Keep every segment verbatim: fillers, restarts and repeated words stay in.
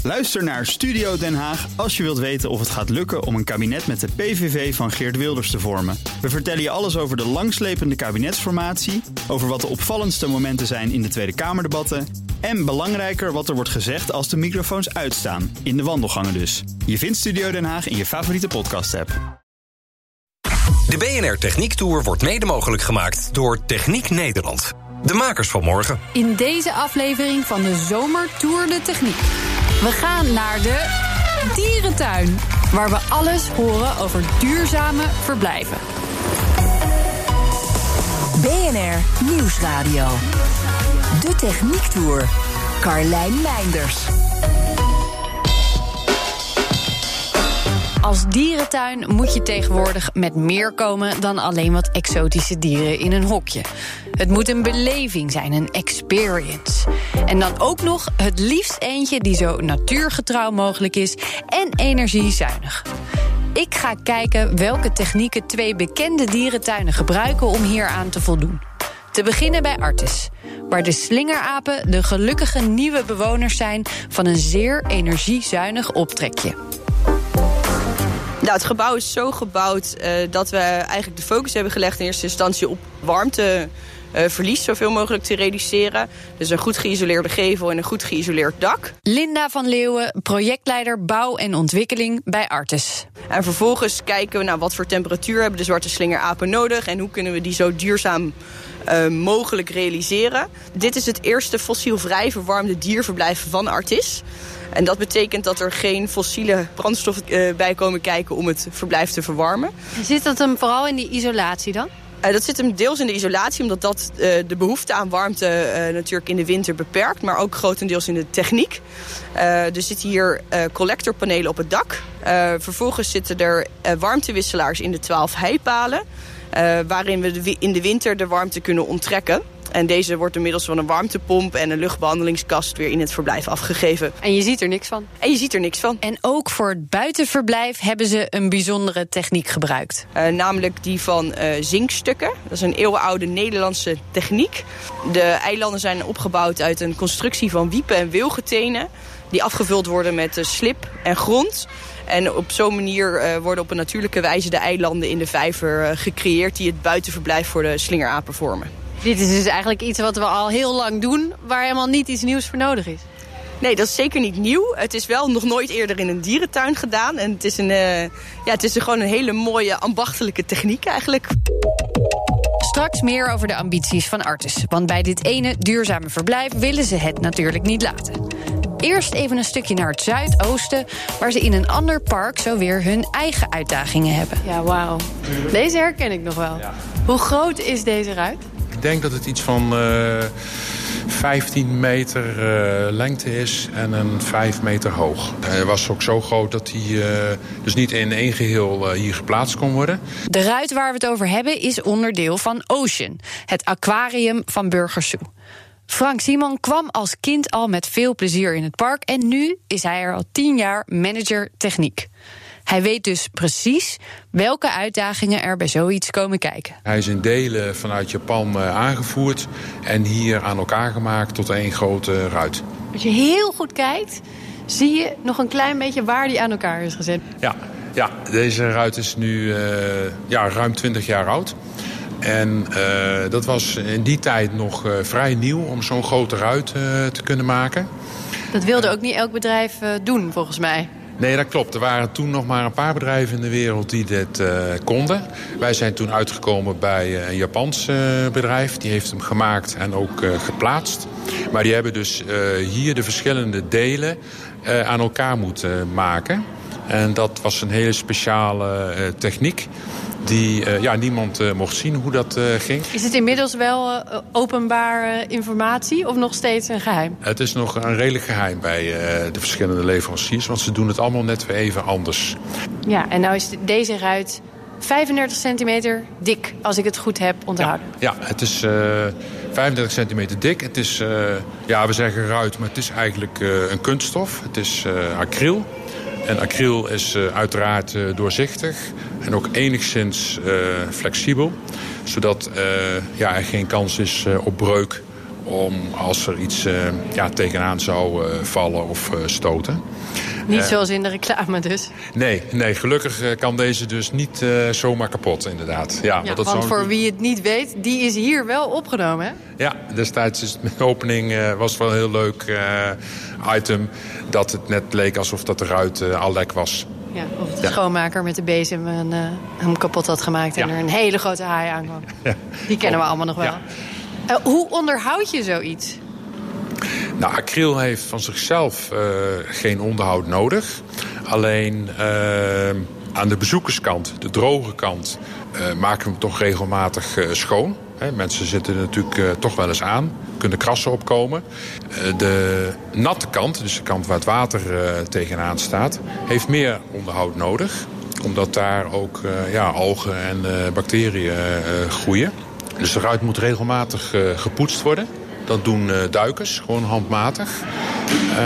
Luister naar Studio Den Haag als je wilt weten of het gaat lukken om een kabinet met de P V V van Geert Wilders te vormen. We vertellen je alles over de langslepende kabinetsformatie, over wat de opvallendste momenten zijn in de Tweede Kamerdebatten en belangrijker wat er wordt gezegd als de microfoons uitstaan, in de wandelgangen dus. Je vindt Studio Den Haag in je favoriete podcast-app. De B N R Techniek Tour wordt mede mogelijk gemaakt door Techniek Nederland. De makers van morgen. In deze aflevering van de Zomertour de Techniek. We gaan naar de dierentuin, waar we alles horen over duurzame verblijven. B N R Nieuwsradio. De Techniek Tour. Carlijn Meinders. Als dierentuin moet je tegenwoordig met meer komen dan alleen wat exotische dieren in een hokje. Het moet een beleving zijn, een experience. En dan ook nog het liefst eentje die zo natuurgetrouw mogelijk is en energiezuinig. Ik ga kijken welke technieken twee bekende dierentuinen gebruiken om hieraan te voldoen. Te beginnen bij Artis, waar de slingerapen de gelukkige nieuwe bewoners zijn van een zeer energiezuinig optrekje. Nou, het gebouw is zo gebouwd uh, dat we eigenlijk de focus hebben gelegd in eerste instantie op warmteverlies uh, zoveel mogelijk te reduceren. Dus een goed geïsoleerde gevel en een goed geïsoleerd dak. Linda van Leeuwen, projectleider bouw en ontwikkeling bij Artis. En vervolgens kijken we naar wat voor temperatuur hebben de zwarte slingerapen nodig en hoe kunnen we die zo duurzaam uh, mogelijk realiseren. Dit is het eerste fossielvrij verwarmde dierverblijf van Artis. En dat betekent dat er geen fossiele brandstoffen uh, bij komen kijken om het verblijf te verwarmen. Zit dat hem vooral in die isolatie dan? Uh, dat zit hem deels in de isolatie, omdat dat uh, de behoefte aan warmte uh, natuurlijk in de winter beperkt. Maar ook grotendeels in de techniek. Uh, er zitten hier uh, collectorpanelen op het dak. Uh, vervolgens zitten er uh, warmtewisselaars in de twaalf heipalen. Uh, waarin we de, in de winter de warmte kunnen onttrekken. En deze wordt door middels van een warmtepomp en een luchtbehandelingskast weer in het verblijf afgegeven. En je ziet er niks van? En je ziet er niks van. En ook voor het buitenverblijf hebben ze een bijzondere techniek gebruikt. Uh, namelijk die van uh, zinkstukken. Dat is een eeuwenoude Nederlandse techniek. De eilanden zijn opgebouwd uit een constructie van wiepen en wilgetenen die afgevuld worden met uh, slip en grond. En op zo'n manier uh, worden op een natuurlijke wijze de eilanden in de vijver uh, gecreëerd die het buitenverblijf voor de slingerapen vormen. Dit is dus eigenlijk iets wat we al heel lang doen, waar helemaal niet iets nieuws voor nodig is. Nee, dat is zeker niet nieuw. Het is wel nog nooit eerder in een dierentuin gedaan. En het is, een, uh, ja, het is gewoon een hele mooie ambachtelijke techniek eigenlijk. Straks meer over de ambities van Artis. Want bij dit ene duurzame verblijf willen ze het natuurlijk niet laten. Eerst even een stukje naar het zuidoosten, waar ze in een ander park zo weer hun eigen uitdagingen hebben. Ja, wauw. Deze herken ik nog wel. Ja. Hoe groot is deze ruit? Ik denk dat het iets van uh, vijftien meter uh, lengte is en een vijf meter hoog. Hij was ook zo groot dat hij uh, dus niet in één geheel uh, hier geplaatst kon worden. De ruit waar we het over hebben is onderdeel van Ocean, het aquarium van Burgers Zoo. Frank Simon kwam als kind al met veel plezier in het park en nu is hij er al tien jaar manager techniek. Hij weet dus precies welke uitdagingen er bij zoiets komen kijken. Hij is in delen vanuit Japan aangevoerd en hier aan elkaar gemaakt tot één grote ruit. Als je heel goed kijkt, zie je nog een klein beetje waar die aan elkaar is gezet. Ja, ja deze ruit is nu uh, ja, ruim twintig jaar oud. En uh, dat was in die tijd nog uh, vrij nieuw om zo'n grote ruit uh, te kunnen maken. Dat wilde ook niet elk bedrijf uh, doen, volgens mij. Nee, dat klopt. Er waren toen nog maar een paar bedrijven in de wereld die dit uh, konden. Wij zijn toen uitgekomen bij een Japans uh, bedrijf. Die heeft hem gemaakt en ook uh, geplaatst. Maar die hebben dus uh, hier de verschillende delen uh, aan elkaar moeten maken. En dat was een hele speciale uh, techniek. Die uh, ja, niemand uh, mocht zien hoe dat uh, ging. Is het inmiddels wel uh, openbare uh, informatie of nog steeds een geheim? Het is nog een redelijk geheim bij uh, de verschillende leveranciers. Want ze doen het allemaal net weer even anders. Ja, en nou is deze ruit vijfendertig centimeter dik, als ik het goed heb onthouden. Ja, ja het is uh, vijfendertig centimeter dik. Het is, uh, ja, we zeggen ruit, maar het is eigenlijk uh, een kunststof. Het is uh, acryl. En acryl is uh, uiteraard uh, doorzichtig en ook enigszins uh, flexibel. Zodat uh, ja, er geen kans is uh, op breuk om als er iets uh, ja, tegenaan zou uh, vallen of uh, stoten. Niet uh, zoals in de reclame dus. Nee, nee gelukkig uh, kan deze dus niet uh, zomaar kapot, inderdaad. Ja, ja, want dat want zo... voor wie het niet weet, die is hier wel opgenomen, hè? Ja, destijds is het met de opening uh, was het wel een heel leuk uh, item. Dat het net leek alsof dat de ruit uh, al lek was. Ja, of de ja. schoonmaker met de bezem een, uh, hem kapot had gemaakt en ja. er een hele grote haai aankwam. Ja. Die kennen we allemaal nog wel. Ja. Uh, hoe onderhoud je zoiets? Nou, acryl heeft van zichzelf uh, geen onderhoud nodig. Alleen uh, aan de bezoekerskant, de droge kant, uh, maken we hem toch regelmatig uh, schoon. He, mensen zitten er natuurlijk uh, toch wel eens aan, kunnen krassen opkomen. Uh, de natte kant, dus de kant waar het water uh, tegenaan staat, heeft meer onderhoud nodig. Omdat daar ook uh, ja, algen en uh, bacteriën uh, groeien. Dus de ruit moet regelmatig uh, gepoetst worden. Dat doen uh, duikers, gewoon handmatig. Uh,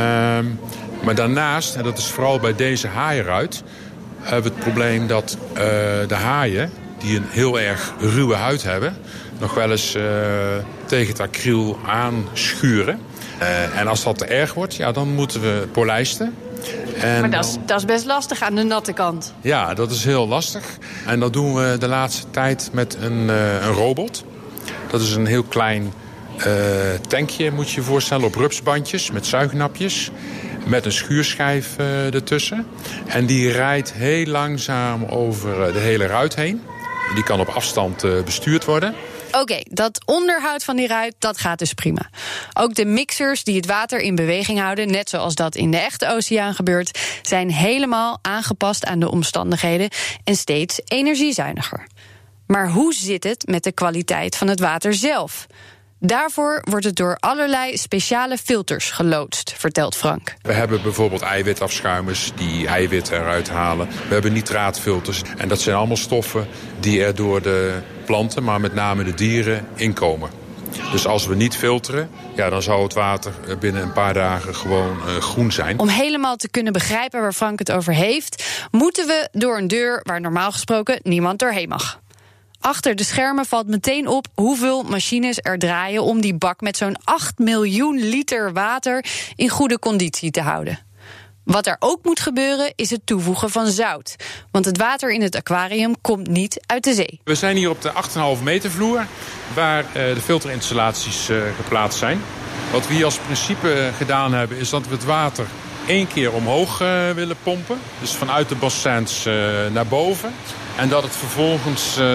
maar daarnaast, en dat is vooral bij deze haaienruit, hebben we het probleem dat uh, de haaien, die een heel erg ruwe huid hebben, nog wel eens uh, tegen het acryl aanschuren. Uh, en als dat te erg wordt, ja, dan moeten we polijsten. En maar dat is, dan... dat is best lastig aan de natte kant. Ja, dat is heel lastig. En dat doen we de laatste tijd met een, uh, een robot. Dat is een heel klein uh, tankje, moet je je voorstellen, op rupsbandjes met zuignapjes. Met een schuurschijf uh, ertussen. En die rijdt heel langzaam over uh, de hele ruit heen. Die kan op afstand uh, bestuurd worden. Oké, okay, dat onderhoud van die ruit, dat gaat dus prima. Ook de mixers die het water in beweging houden, net zoals dat in de echte oceaan gebeurt, zijn helemaal aangepast aan de omstandigheden en steeds energiezuiniger. Maar hoe zit het met de kwaliteit van het water zelf? Daarvoor wordt het door allerlei speciale filters geloodst, vertelt Frank. We hebben bijvoorbeeld eiwitafschuimers die eiwitten eruit halen. We hebben nitraatfilters. En dat zijn allemaal stoffen die er door de planten, maar met name de dieren, inkomen. Dus als we niet filteren, ja, dan zou het water binnen een paar dagen gewoon uh, groen zijn. Om helemaal te kunnen begrijpen waar Frank het over heeft, moeten we door een deur waar normaal gesproken niemand doorheen mag. Achter de schermen valt meteen op hoeveel machines er draaien om die bak met zo'n acht miljoen liter water in goede conditie te houden. Wat er ook moet gebeuren is het toevoegen van zout. Want het water in het aquarium komt niet uit de zee. We zijn hier op de acht komma vijf meter vloer waar uh, de filterinstallaties uh, geplaatst zijn. Wat we hier als principe gedaan hebben is dat we het water één keer omhoog uh, willen pompen. Dus vanuit de bassins uh, naar boven. En dat het vervolgens uh,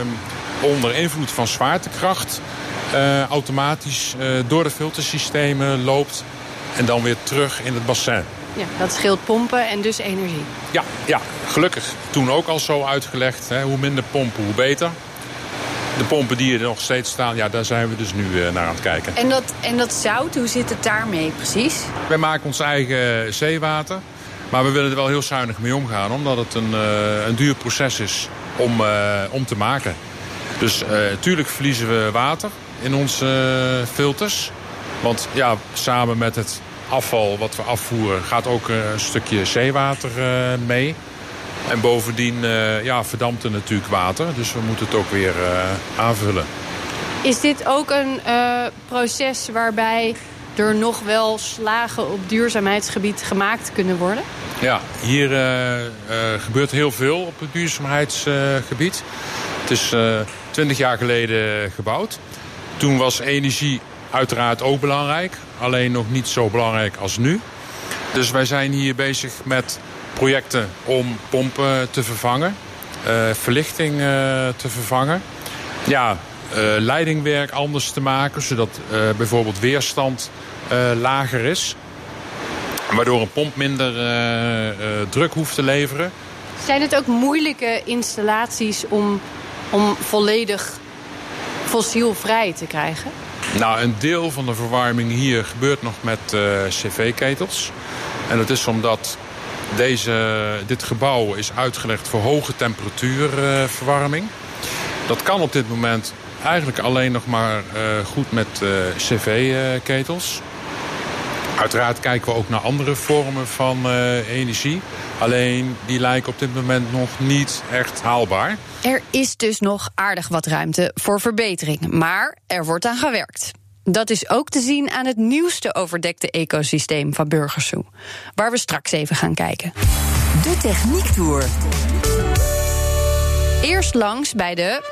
onder invloed van zwaartekracht uh, automatisch uh, door de filtersystemen loopt en dan weer terug in het bassin. Ja, dat scheelt pompen en dus energie. Ja, ja, gelukkig. Toen ook al zo uitgelegd. Hè, hoe minder pompen, hoe beter. De pompen die er nog steeds staan, ja, daar zijn we dus nu uh, naar aan het kijken. En dat, en dat zout, hoe zit het daarmee precies? Wij maken ons eigen zeewater. Maar we willen er wel heel zuinig mee omgaan, omdat het een, uh, een duur proces is om, uh, om te maken. Dus natuurlijk uh, verliezen we water in onze uh, filters. Want ja, samen met het afval wat we afvoeren gaat ook uh, een stukje zeewater uh, mee. En bovendien uh, ja, verdampt er natuurlijk water, dus we moeten het ook weer uh, aanvullen. Is dit ook een uh, proces waarbij er nog wel slagen op duurzaamheidsgebied gemaakt kunnen worden? Ja, hier uh, uh, gebeurt heel veel op het duurzaamheidsgebied. Uh, het is twintig uh, jaar geleden gebouwd. Toen was energie uiteraard ook belangrijk. Alleen nog niet zo belangrijk als nu. Dus wij zijn hier bezig met projecten om pompen te vervangen. Uh, verlichting uh, te vervangen. Ja, uh, leidingwerk anders te maken. Zodat uh, bijvoorbeeld weerstand uh, lager is. Waardoor een pomp minder uh, uh, druk hoeft te leveren. Zijn het ook moeilijke installaties om, om volledig fossielvrij te krijgen? Nou, een deel van de verwarming hier gebeurt nog met uh, cv-ketels. En dat is omdat deze, dit gebouw is uitgelegd voor hoge temperatuurverwarming. Uh, dat kan op dit moment eigenlijk alleen nog maar uh, goed met uh, cv-ketels. Uiteraard kijken we ook naar andere vormen van uh, energie. Alleen die lijken op dit moment nog niet echt haalbaar. Er is dus nog aardig wat ruimte voor verbetering. Maar er wordt aan gewerkt. Dat is ook te zien aan het nieuwste overdekte ecosysteem van Burgers Zoo, waar we straks even gaan kijken. De Techniek Tour. Eerst langs bij de...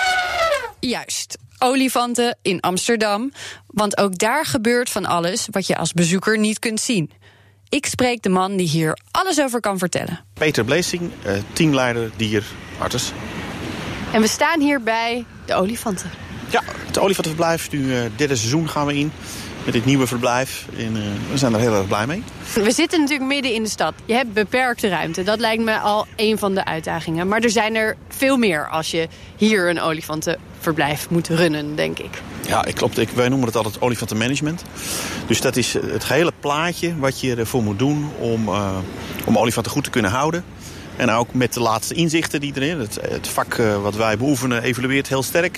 Juist, olifanten in Amsterdam. Want ook daar gebeurt van alles wat je als bezoeker niet kunt zien. Ik spreek de man die hier alles over kan vertellen. Peter Bleesing, teamleider dierarts. En we staan hier bij de olifanten. Ja, het olifantenverblijf. Nu uh, derde seizoen gaan we in met dit nieuwe verblijf. En uh, we zijn er heel erg blij mee. We zitten natuurlijk midden in de stad. Je hebt beperkte ruimte. Dat lijkt me al een van de uitdagingen. Maar er zijn er veel meer als je hier een olifantenverblijf moet runnen, denk ik. Ja, klopt. Ik, wij noemen het altijd olifantenmanagement. Dus dat is het gehele plaatje wat je ervoor moet doen om, uh, om olifanten goed te kunnen houden. En ook met de laatste inzichten die erin. Het, het vak uh, wat wij beoefenen evolueert heel sterk.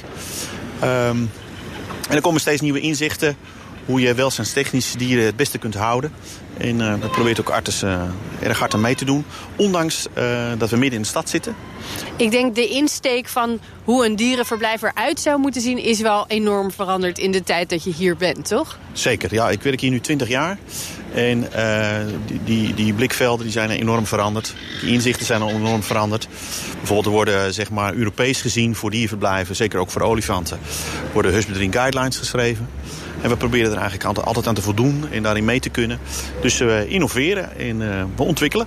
Um, en er komen steeds nieuwe inzichten hoe je welzijnstechnisch dieren het beste kunt houden. En uh, dat probeert ook arts uh, erg hard aan mee te doen. Ondanks uh, dat we midden in de stad zitten. Ik denk de insteek van hoe een dierenverblijf eruit zou moeten zien is wel enorm veranderd in de tijd dat je hier bent, toch? Zeker, ja. Ik werk hier nu twintig jaar. En uh, die, die, die blikvelden die zijn enorm veranderd. Die inzichten zijn enorm veranderd. Bijvoorbeeld er worden zeg maar, Europees gezien voor dierverblijven, zeker ook voor olifanten, worden husbandry guidelines geschreven. En we proberen er eigenlijk altijd aan te voldoen en daarin mee te kunnen. Dus we innoveren en uh, we ontwikkelen.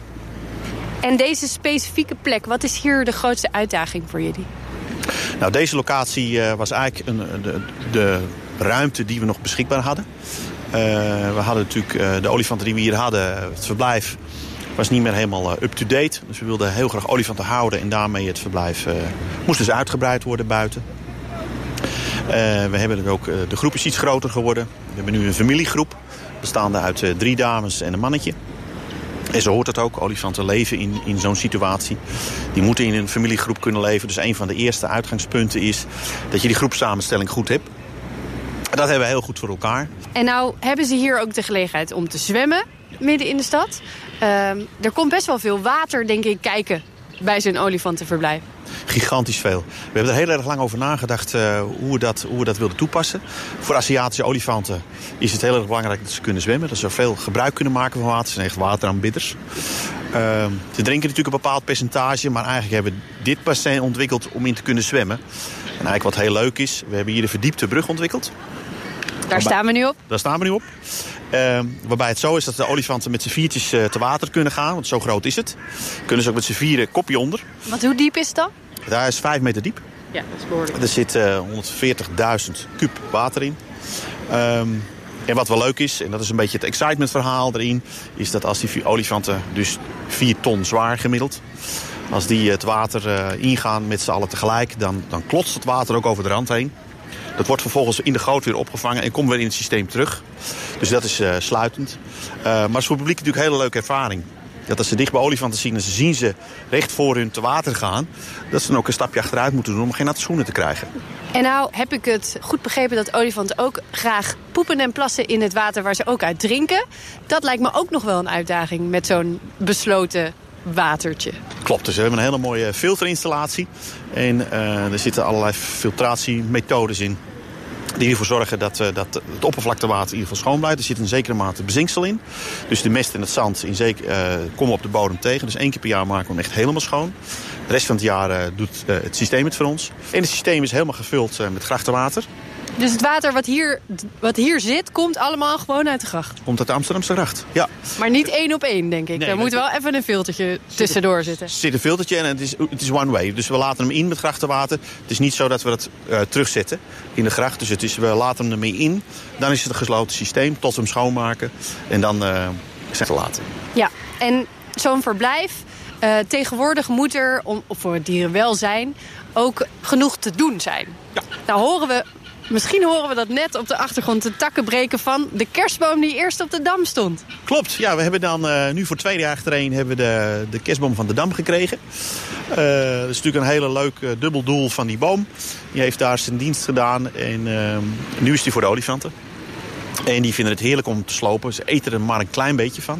En deze specifieke plek, wat is hier de grootste uitdaging voor jullie? Nou, deze locatie uh, was eigenlijk een, de, de ruimte die we nog beschikbaar hadden. Uh, we hadden natuurlijk uh, de olifanten die we hier hadden, het verblijf was niet meer helemaal uh, up-to-date. Dus we wilden heel graag olifanten houden en daarmee het verblijf uh, moest dus uitgebreid worden buiten. Uh, we hebben het ook, uh, de groep is iets groter geworden. We hebben nu een familiegroep, bestaande uit uh, drie dames en een mannetje. En zo hoort het ook. Olifanten leven in, in zo'n situatie. Die moeten in een familiegroep kunnen leven. Dus een van de eerste uitgangspunten is dat je die groepsamenstelling goed hebt. Dat hebben we heel goed voor elkaar. En nou hebben ze hier ook de gelegenheid om te zwemmen midden in de stad. Uh, er komt best wel veel water, denk ik, kijken bij zo'n olifantenverblijf. Gigantisch veel. We hebben er heel erg lang over nagedacht uh, hoe, we dat, hoe we dat wilden toepassen. Voor Aziatische olifanten is het heel erg belangrijk dat ze kunnen zwemmen. Dat ze veel gebruik kunnen maken van water. Ze zijn echt wateraanbidders. Uh, ze drinken natuurlijk een bepaald percentage. Maar eigenlijk hebben we dit bassin ontwikkeld om in te kunnen zwemmen. En eigenlijk wat heel leuk is, we hebben hier een verdiepte brug ontwikkeld. Daar staan we nu op. Daar staan we nu op. Uh, waarbij het zo is dat de olifanten met z'n viertjes uh, te water kunnen gaan. Want zo groot is het. Kunnen ze ook met z'n vieren kopje onder. Want hoe diep is het dan? Daar is vijf meter diep. Ja, dat is behoorlijk. Er zit uh, honderdveertigduizend kuub water in. Um, en wat wel leuk is, en dat is een beetje het excitement verhaal erin, is dat als die olifanten, dus vier ton zwaar gemiddeld, als die het water uh, ingaan met z'n allen tegelijk, dan, dan klotst het water ook over de rand heen. Dat wordt vervolgens in de goot weer opgevangen en komt weer in het systeem terug. Dus dat is uh, sluitend. Uh, maar het is voor het publiek natuurlijk een hele leuke ervaring. Dat als ze dicht bij olifanten zien en ze zien ze recht voor hun te water gaan, dat ze dan ook een stapje achteruit moeten doen om geen natte schoenen te krijgen. En nou heb ik het goed begrepen dat olifanten ook graag poepen en plassen in het water waar ze ook uit drinken. Dat lijkt me ook nog wel een uitdaging met zo'n besloten watertje. Klopt, dus we hebben een hele mooie filterinstallatie. En uh, er zitten allerlei filtratiemethodes in die ervoor zorgen dat, uh, dat het oppervlaktewater in ieder geval schoon blijft. Er zit een zekere mate bezinksel in. Dus de mest en het zand in zeker, uh, komen op de bodem tegen. Dus één keer per jaar maken we hem echt helemaal schoon. De rest van het jaar uh, doet uh, het systeem het voor ons. En het systeem is helemaal gevuld uh, met grachtenwater. Dus het water wat hier, wat hier zit, komt allemaal gewoon uit de gracht? Komt uit de Amsterdamse gracht, ja. Maar niet één op één, denk ik. Nee, Daar moet wel even een filtertje tussendoor zitten. Er zit een filtertje en het is, het is one way. Dus we laten hem in met grachtenwater. Het is niet zo dat we het uh, terugzetten in de gracht. Dus het is, we laten hem ermee in. Dan is het een gesloten systeem tot we hem schoonmaken. En dan uh, is het te laten. Ja, en zo'n verblijf, uh, tegenwoordig moet er, om, voor het dierenwelzijn, ook genoeg te doen zijn. Ja. Nou horen we... Misschien horen we dat net op de achtergrond de takken breken van de kerstboom die eerst op de Dam stond. Klopt, ja, we hebben dan uh, nu voor het tweede jaar achtereen hebben we de, de kerstboom van de Dam gekregen. Uh, dat is natuurlijk een hele leuk uh, dubbel doel van die boom. Die heeft daar zijn dienst gedaan en uh, nu is die voor de olifanten. En die vinden het heerlijk om te slopen. Ze eten er maar een klein beetje van.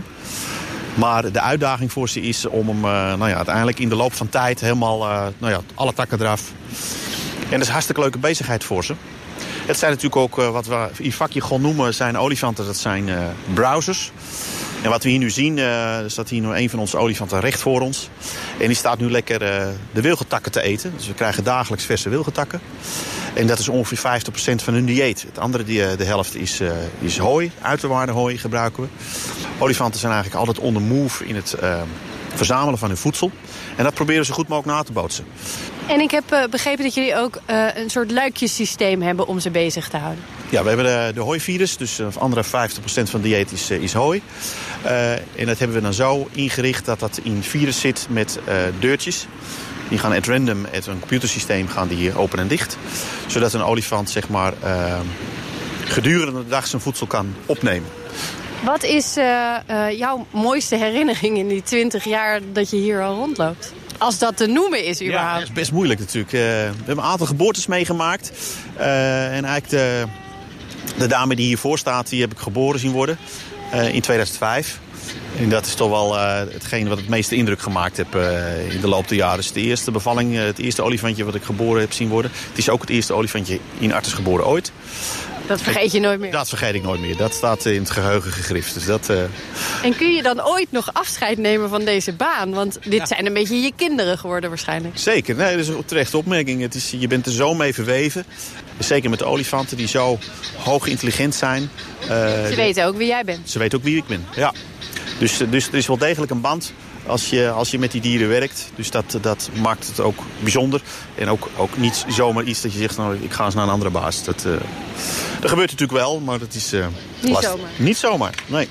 Maar de uitdaging voor ze is om hem uh, nou ja, uiteindelijk in de loop van tijd helemaal uh, nou ja, alle takken eraf. En dat is een hartstikke leuke bezigheid voor ze. Het zijn natuurlijk ook, uh, wat we in vakjargon noemen, zijn olifanten. Dat zijn uh, browsers. En wat we hier nu zien, uh, er staat hier nog een van onze olifanten recht voor ons. En die staat nu lekker uh, de wilgentakken te eten. Dus we krijgen dagelijks verse wilgentakken. En dat is ongeveer vijftig procent van hun dieet. Het andere, die, de helft, is, uh, is hooi. Uiterwaarde hooi gebruiken we. Olifanten zijn eigenlijk altijd on the move in het uh, verzamelen van hun voedsel. En dat proberen ze goed mogelijk na te bootsen. En ik heb uh, begrepen dat jullie ook uh, een soort luikjesysteem hebben om ze bezig te houden. Ja, we hebben de, de hooivirus, dus uh, andere vijftig procent van het dieet is, uh, is hooi. Uh, en dat hebben we dan zo ingericht dat dat in virus zit met uh, deurtjes. Die gaan at random, uit een computersysteem, gaan die open en dicht. Zodat een olifant, zeg maar, uh, gedurende de dag zijn voedsel kan opnemen. Wat is uh, uh, jouw mooiste herinnering in die twintig jaar dat je hier al rondloopt? Als dat te noemen is überhaupt. Ja, dat is best moeilijk natuurlijk. Uh, we hebben een aantal geboortes meegemaakt. Uh, en eigenlijk de, de dame die hiervoor staat, die heb ik geboren zien worden uh, in tweeduizend vijf. En dat is toch wel uh, hetgeen wat het meeste indruk gemaakt heb uh, in de loop der jaren. Dus de eerste bevalling, uh, het eerste olifantje wat ik geboren heb zien worden. Het is ook het eerste olifantje in Artis geboren ooit. Dat vergeet je nooit meer? Dat vergeet ik nooit meer. Dat staat in het geheugen gegrift. Dus dat, uh... En kun je dan ooit nog afscheid nemen van deze baan? Want dit ja. zijn een beetje je kinderen geworden waarschijnlijk. Zeker. Nee, dat is een terechte opmerking. Het is, je bent er zo mee verweven. Zeker met de olifanten die zo hoog intelligent zijn. Uh, ze weten ook wie jij bent. Ze weten ook wie ik ben, ja. Dus, dus er is wel degelijk een band als je, als je met die dieren werkt. Dus dat, dat maakt het ook bijzonder. En ook, ook niet zomaar iets dat je zegt, nou, ik ga eens naar een andere baas. Dat, uh, dat gebeurt natuurlijk wel, maar dat is uh, niet lastig. zomaar. Niet zomaar, nee.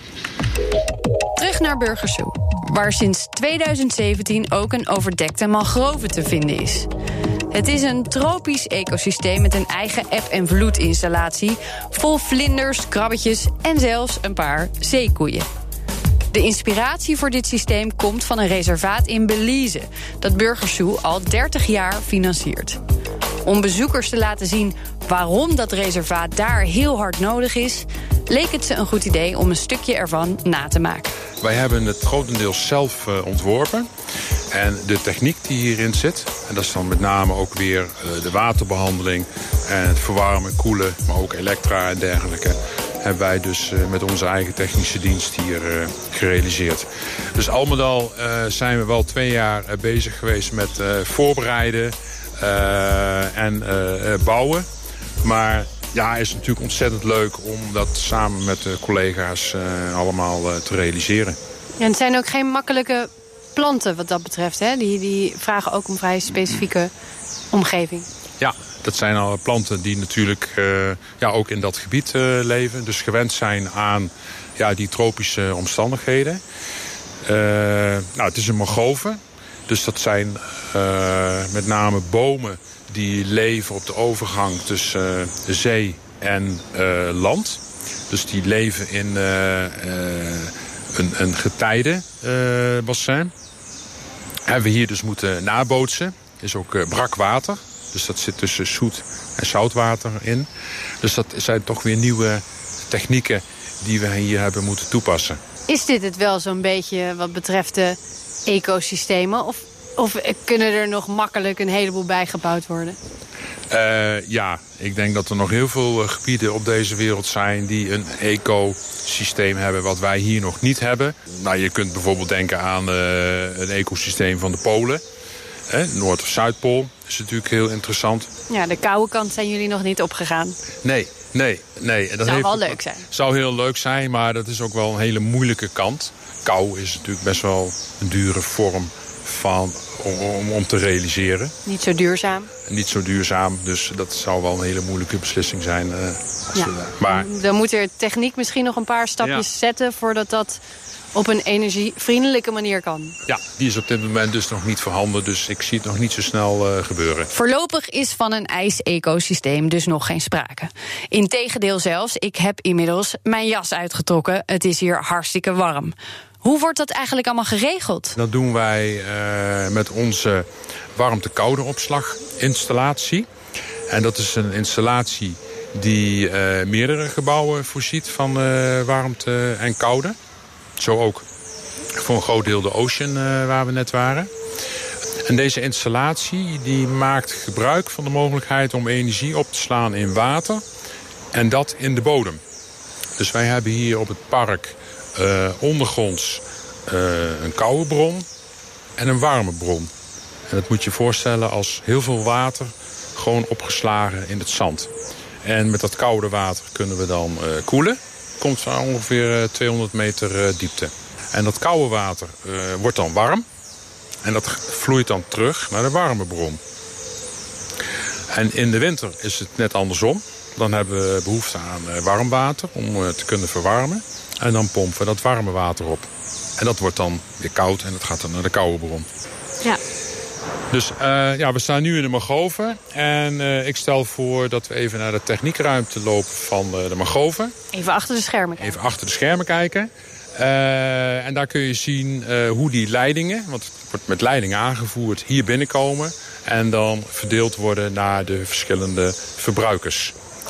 Terug naar Burgers Zoo, waar sinds tweeduizend zeventien ook een overdekte mangrove te vinden is. Het is een tropisch ecosysteem met een eigen eb- en vloedinstallatie, vol vlinders, krabbetjes en zelfs een paar zeekoeien. De inspiratie voor dit systeem komt van een reservaat in Belize, dat Burgers Zoo al dertig jaar financiert. Om bezoekers te laten zien waarom dat reservaat daar heel hard nodig is, leek het ze een goed idee om een stukje ervan na te maken. Wij hebben het grotendeels zelf uh, ontworpen. En de techniek die hierin zit, en dat is dan met name ook weer uh, de waterbehandeling en het verwarmen, koelen, maar ook elektra en dergelijke, hebben wij dus uh, met onze eigen technische dienst hier uh, gerealiseerd. Dus al met al uh, zijn we wel twee jaar uh, bezig geweest met uh, voorbereiden uh, en uh, uh, bouwen. Maar ja, het is natuurlijk ontzettend leuk om dat samen met de collega's uh, allemaal uh, te realiseren. Ja, en het zijn ook geen makkelijke planten wat dat betreft, hè? Die, die vragen ook om vrij specifieke omgeving. Ja, dat zijn al planten die natuurlijk uh, ja, ook in dat gebied uh, leven. Dus gewend zijn aan ja, die tropische omstandigheden. Uh, nou, het is een mangrove. Dus dat zijn uh, met name bomen die leven op de overgang tussen uh, de zee en uh, land. Dus die leven in uh, uh, een, een getijdenbassin. Uh, hebben we hier dus moeten nabootsen. Is ook uh, brak water. Dus dat zit tussen zoet en zoutwater in. Dus dat zijn toch weer nieuwe technieken die we hier hebben moeten toepassen. Is dit het wel zo'n beetje wat betreft de ecosystemen? Of, of kunnen er nog makkelijk een heleboel bijgebouwd worden? Uh, ja, ik denk dat er nog heel veel uh, gebieden op deze wereld zijn die een ecosysteem hebben wat wij hier nog niet hebben. Nou, je kunt bijvoorbeeld denken aan uh, een ecosysteem van de Polen. Eh, Noord- of Zuidpool is natuurlijk heel interessant. Ja, de koude kant zijn jullie nog niet opgegaan. Nee, nee, nee. Dat zou heeft wel leuk zijn. Zou heel leuk zijn, maar dat is ook wel een hele moeilijke kant. Kou is natuurlijk best wel een dure vorm van, om, om, om te realiseren. Niet zo duurzaam. Niet zo duurzaam, dus dat zou wel een hele moeilijke beslissing zijn. Uh, ja. we, maar... Dan moet er techniek misschien nog een paar stapjes ja. zetten voordat dat op een energievriendelijke manier kan. Ja, die is op dit moment dus nog niet voorhanden, dus ik zie het nog niet zo snel uh, gebeuren. Voorlopig is van een ijsecosysteem dus nog geen sprake. Integendeel zelfs, ik heb inmiddels mijn jas uitgetrokken. Het is hier hartstikke warm. Hoe wordt dat eigenlijk allemaal geregeld? Dat doen wij uh, met onze warmte-koude opslaginstallatie. En dat is een installatie die uh, meerdere gebouwen voorziet van uh, warmte en koude. Zo ook voor een groot deel de Ocean uh, waar we net waren. En deze installatie die maakt gebruik van de mogelijkheid om energie op te slaan in water. En dat in de bodem. Dus wij hebben hier op het park uh, ondergronds uh, een koude bron en een warme bron. En dat moet je voorstellen als heel veel water gewoon opgeslagen in het zand. En met dat koude water kunnen we dan uh, koelen. Komt van ongeveer uh, tweehonderd meter uh, diepte. En dat koude water uh, wordt dan warm. En dat vloeit dan terug naar de warme bron. En in de winter is het net andersom. Dan hebben we behoefte aan uh, warm water om uh, te kunnen verwarmen. En dan pompen we dat warme water op. En dat wordt dan weer koud en dat gaat dan naar de koude bron. Ja. Dus uh, ja, we staan nu in de Margoven. En uh, ik stel voor dat we even naar de techniekruimte lopen van uh, de Margoven. Even achter de schermen kijken. Even achter de schermen kijken. Uh, en daar kun je zien uh, hoe die leidingen, want het wordt met leidingen aangevoerd, hier binnenkomen. En dan verdeeld worden naar de verschillende verbruikers.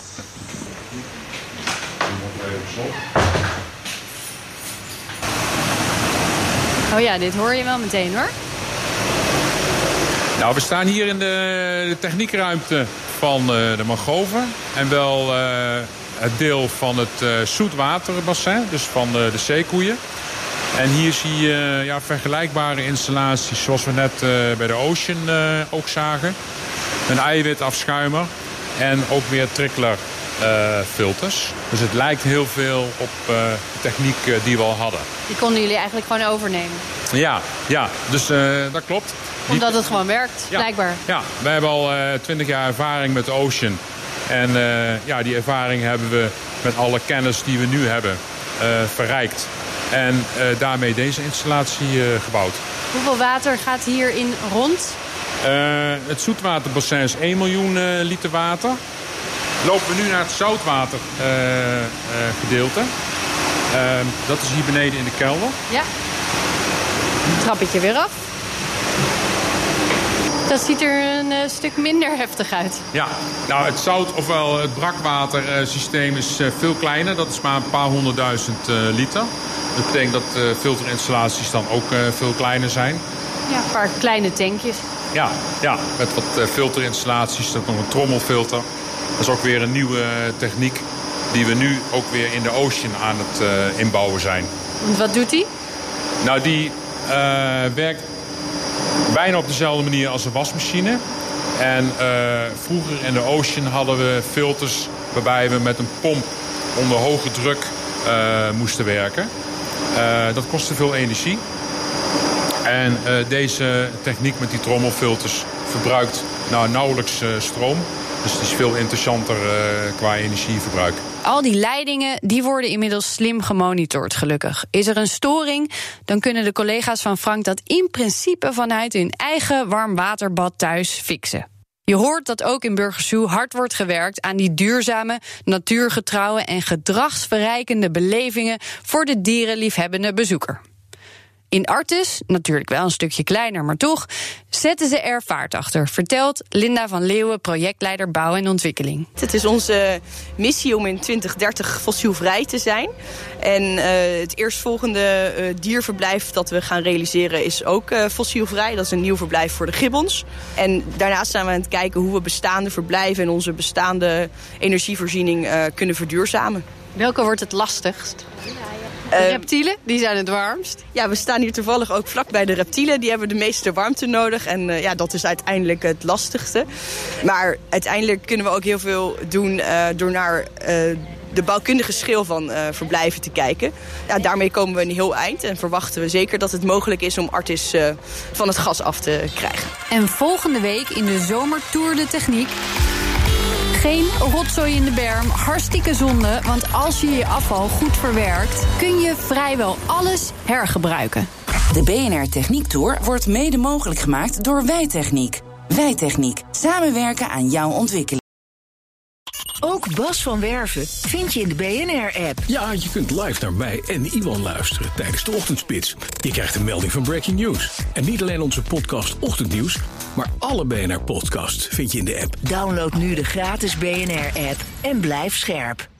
Oh ja, dit hoor je wel meteen hoor. Nou, we staan hier in de, de techniekruimte van uh, de Margoven. En wel uh, het deel van het uh, zoetwaterbassin, dus van de, de zeekoeien. En hier zie je uh, ja, vergelijkbare installaties zoals we net uh, bij de Ocean uh, ook zagen. Een eiwitafschuimer en ook weer trickler uh, filters. Dus het lijkt heel veel op uh, de techniek uh, die we al hadden. Die konden jullie eigenlijk gewoon overnemen? Ja, ja, dus uh, dat klopt. Omdat het gewoon werkt, ja, blijkbaar. Ja, wij hebben al twintig uh, jaar ervaring met Ocean. En uh, ja, die ervaring hebben we met alle kennis die we nu hebben uh, verrijkt. En uh, daarmee deze installatie uh, gebouwd. Hoeveel water gaat hierin rond? Uh, het zoetwaterbassin is één miljoen uh, liter water. Lopen we nu naar het zoutwater uh, uh, gedeelte. Uh, dat is hier beneden in de kelder. Ja. Trappetje weer af. Dat ziet er een uh, stuk minder heftig uit. Ja, nou het zout, ofwel het brakwatersysteem is uh, veel kleiner. Dat is maar een paar honderdduizend uh, liter. Dat betekent dat uh, filterinstallaties dan ook uh, veel kleiner zijn. Ja, een paar kleine tankjes. Ja, ja met wat uh, filterinstallaties. Dat nog een trommelfilter. Dat is ook weer een nieuwe uh, techniek die we nu ook weer in de Ocean aan het uh, inbouwen zijn. Want wat doet die? Nou, die uh, werkt bijna op dezelfde manier als een wasmachine. En uh, vroeger in de Ocean hadden we filters waarbij we met een pomp onder hoge druk uh, moesten werken. Uh, dat kostte veel energie. En uh, deze techniek met die trommelfilters verbruikt nou, nauwelijks uh, stroom. Dus het is veel interessanter uh, qua energieverbruik. Al die leidingen die worden inmiddels slim gemonitord, gelukkig. Is er een storing, dan kunnen de collega's van Frank dat in principe vanuit hun eigen warmwaterbad thuis fixen. Je hoort dat ook in Burgersoe hard wordt gewerkt aan die duurzame, natuurgetrouwe en gedragsverrijkende belevingen voor de dierenliefhebbende bezoeker. In Artis, natuurlijk wel een stukje kleiner, maar toch, zetten ze er vaart achter, vertelt Linda van Leeuwen, projectleider bouw en ontwikkeling. Het is onze missie om in twintig dertig fossielvrij te zijn. En uh, het eerstvolgende uh, dierverblijf dat we gaan realiseren is ook uh, fossielvrij. Dat is een nieuw verblijf voor de gibbons. En daarnaast zijn we aan het kijken hoe we bestaande verblijven en onze bestaande energievoorziening uh, kunnen verduurzamen. Welke wordt het lastigst? De Uh, reptielen, die zijn het warmst. Ja, we staan hier toevallig ook vlak bij de reptielen. Die hebben de meeste warmte nodig. En uh, ja, dat is uiteindelijk het lastigste. Maar uiteindelijk kunnen we ook heel veel doen uh, door naar uh, de bouwkundige schil van uh, verblijven te kijken. Ja, daarmee komen we een heel eind. En verwachten we zeker dat het mogelijk is om Artis uh, van het gas af te krijgen. En volgende week in de zomertour de techniek. Geen rotzooi in de berm, hartstikke zonde, want als je je afval goed verwerkt, kun je vrijwel alles hergebruiken. De B N R Techniek Tour wordt mede mogelijk gemaakt door Wijtechniek. Wijtechniek, samenwerken aan jouw ontwikkeling. Ook Bas van Werven vind je in de B N R-app. Ja, je kunt live naar mij en Iwan luisteren tijdens de ochtendspits. Je krijgt een melding van Breaking News. En niet alleen onze podcast Ochtendnieuws, maar alle B N R-podcasts vind je in de app. Download nu de gratis B N R-app en blijf scherp.